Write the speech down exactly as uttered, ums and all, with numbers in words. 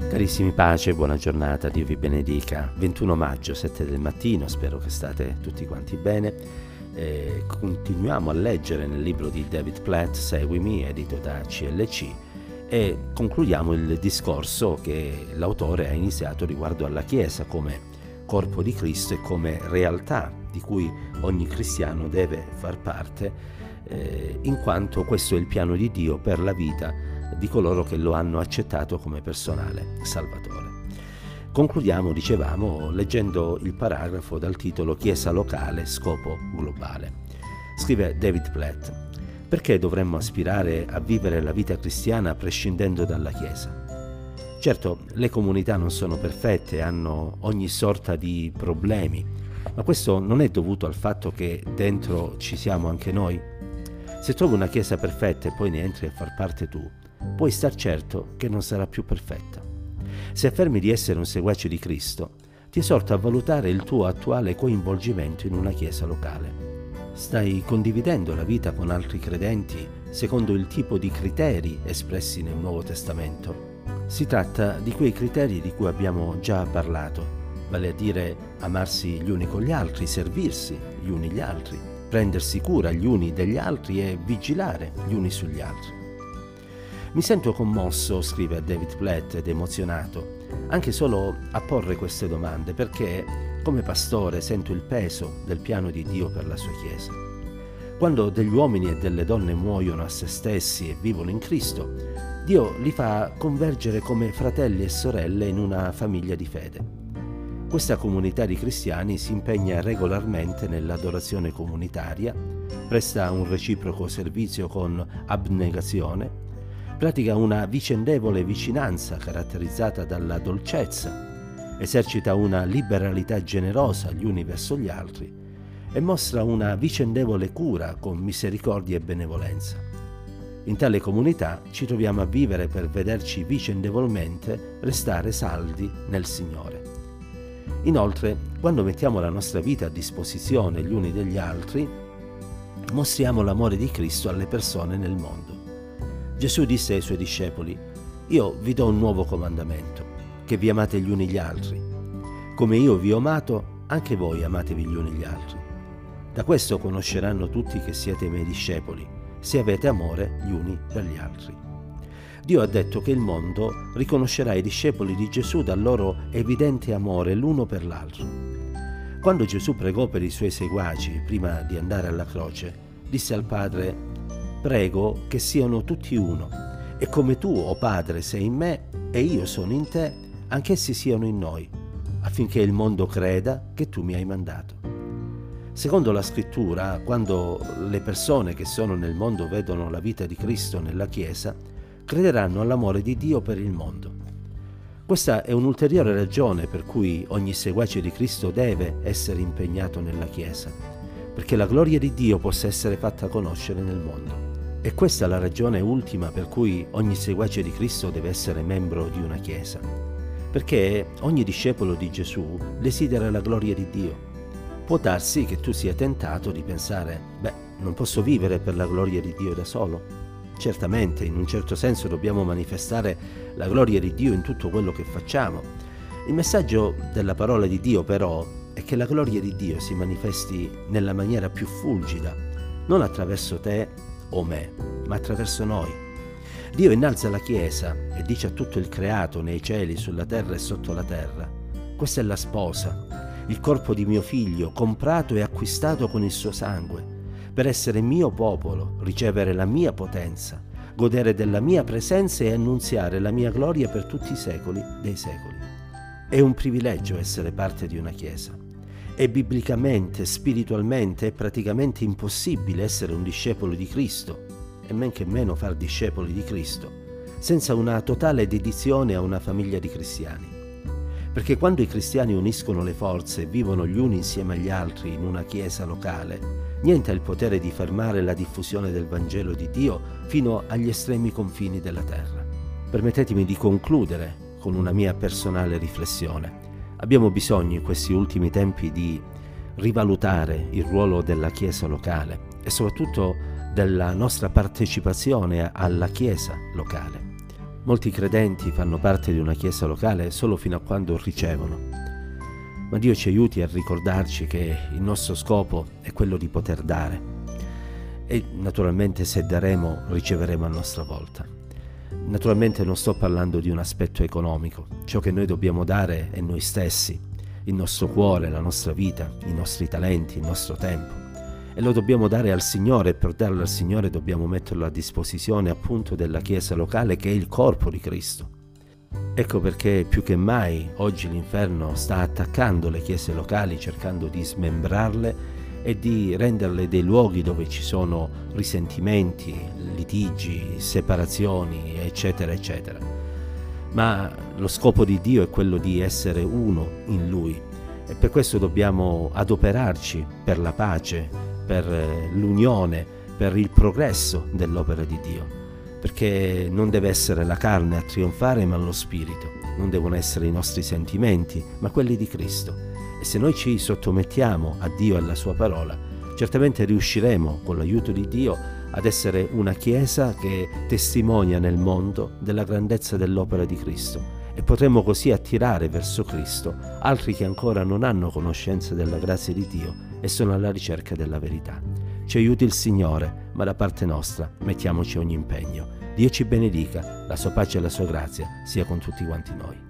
Carissimi, pace, buona giornata, Dio vi benedica. ventuno maggio, sette del mattino, spero che state tutti quanti bene. Eh, continuiamo a leggere nel libro di David Platt, Seguimi, edito da C L C, e concludiamo il discorso che l'autore ha iniziato riguardo alla Chiesa come corpo di Cristo e come realtà di cui ogni cristiano deve far parte, eh, in quanto questo è il piano di Dio per la vita di coloro che lo hanno accettato come personale Salvatore. Concludiamo, dicevamo, leggendo il paragrafo dal titolo Chiesa locale, scopo globale. Scrive David Platt: perché dovremmo aspirare a vivere la vita cristiana prescindendo dalla Chiesa? Certo, le comunità non sono perfette, hanno ogni sorta di problemi, ma questo non è dovuto al fatto che dentro ci siamo anche noi. Se trovi una chiesa perfetta e poi ne entri a far parte tu, puoi star certo che non sarà più perfetta. Se affermi di essere un seguace di Cristo, ti esorto a valutare il tuo attuale coinvolgimento in una chiesa locale. Stai condividendo la vita con altri credenti secondo il tipo di criteri espressi nel Nuovo Testamento? Si tratta di quei criteri di cui abbiamo già parlato, vale a dire amarsi gli uni con gli altri, servirsi gli uni gli altri, prendersi cura gli uni degli altri e vigilare gli uni sugli altri. Mi sento commosso, scrive David Platt, ed emozionato, anche solo a porre queste domande, perché come pastore sento il peso del piano di Dio per la sua Chiesa. Quando degli uomini e delle donne muoiono a se stessi e vivono in Cristo, Dio li fa convergere come fratelli e sorelle in una famiglia di fede. Questa comunità di cristiani si impegna regolarmente nell'adorazione comunitaria, presta un reciproco servizio con abnegazione, pratica una vicendevole vicinanza caratterizzata dalla dolcezza, esercita una liberalità generosa gli uni verso gli altri e mostra una vicendevole cura con misericordia e benevolenza. In tale comunità ci troviamo a vivere per vederci vicendevolmente restare saldi nel Signore. Inoltre, quando mettiamo la nostra vita a disposizione gli uni degli altri, mostriamo l'amore di Cristo alle persone nel mondo. Gesù disse ai suoi discepoli: «Io vi do un nuovo comandamento, che vi amate gli uni gli altri. Come io vi ho amato, anche voi amatevi gli uni gli altri. Da questo conosceranno tutti che siete i miei discepoli, se avete amore gli uni per gli altri». Dio ha detto che il mondo riconoscerà i discepoli di Gesù dal loro evidente amore l'uno per l'altro. Quando Gesù pregò per i suoi seguaci prima di andare alla croce, disse al Padre: «Prego che siano tutti uno, e come tu, o Padre, sei in me e io sono in te, anch'essi siano in noi, affinché il mondo creda che tu mi hai mandato». Secondo la Scrittura, quando le persone che sono nel mondo vedono la vita di Cristo nella Chiesa, crederanno all'amore di Dio per il mondo. Questa è un'ulteriore ragione per cui ogni seguace di Cristo deve essere impegnato nella Chiesa, perché la gloria di Dio possa essere fatta conoscere nel mondo. E questa è la ragione ultima per cui ogni seguace di Cristo deve essere membro di una Chiesa, perché ogni discepolo di Gesù desidera la gloria di Dio. Può darsi che tu sia tentato di pensare: beh, non posso vivere per la gloria di Dio da solo. Certamente, in un certo senso dobbiamo manifestare la gloria di Dio in tutto quello che facciamo. Il messaggio della parola di Dio, però, è che la gloria di Dio si manifesti nella maniera più fulgida, non attraverso te o me, ma attraverso noi. Dio innalza la Chiesa e dice a tutto il creato nei cieli, sulla terra e sotto la terra: questa è la sposa, il corpo di mio figlio, comprato e acquistato con il suo sangue, per essere mio popolo, ricevere la mia potenza, godere della mia presenza e annunziare la mia gloria per tutti i secoli dei secoli. È un privilegio essere parte di una Chiesa. È biblicamente, spiritualmente e praticamente impossibile essere un discepolo di Cristo, e men che meno far discepoli di Cristo, senza una totale dedizione a una famiglia di cristiani. Perché quando i cristiani uniscono le forze e vivono gli uni insieme agli altri in una Chiesa locale, niente ha il potere di fermare la diffusione del Vangelo di Dio fino agli estremi confini della terra. Permettetemi di concludere con una mia personale riflessione. Abbiamo bisogno in questi ultimi tempi di rivalutare il ruolo della Chiesa locale e soprattutto della nostra partecipazione alla Chiesa locale. Molti credenti fanno parte di una chiesa locale solo fino a quando ricevono, ma Dio ci aiuti a ricordarci che il nostro scopo è quello di poter dare e naturalmente se daremo riceveremo a nostra volta. Naturalmente non sto parlando di un aspetto economico, ciò che noi dobbiamo dare è noi stessi, il nostro cuore, la nostra vita, i nostri talenti, il nostro tempo. E lo dobbiamo dare al Signore, e per darlo al Signore dobbiamo metterlo a disposizione appunto della Chiesa locale che è il corpo di Cristo. Ecco perché più che mai oggi l'inferno sta attaccando le chiese locali cercando di smembrarle e di renderle dei luoghi dove ci sono risentimenti, litigi, separazioni, eccetera, eccetera. Ma lo scopo di Dio è quello di essere uno in Lui e per questo dobbiamo adoperarci per la pace, per l'unione, per il progresso dell'opera di Dio, perché non deve essere la carne a trionfare ma lo spirito, non devono essere i nostri sentimenti ma quelli di Cristo. E se noi ci sottomettiamo a Dio e alla sua parola, certamente riusciremo con l'aiuto di Dio ad essere una Chiesa che testimonia nel mondo della grandezza dell'opera di Cristo e potremo così attirare verso Cristo altri che ancora non hanno conoscenza della grazia di Dio e sono alla ricerca della verità. Ci aiuti il Signore, ma da parte nostra mettiamoci ogni impegno. Dio ci benedica, la sua pace e la sua grazia sia con tutti quanti noi.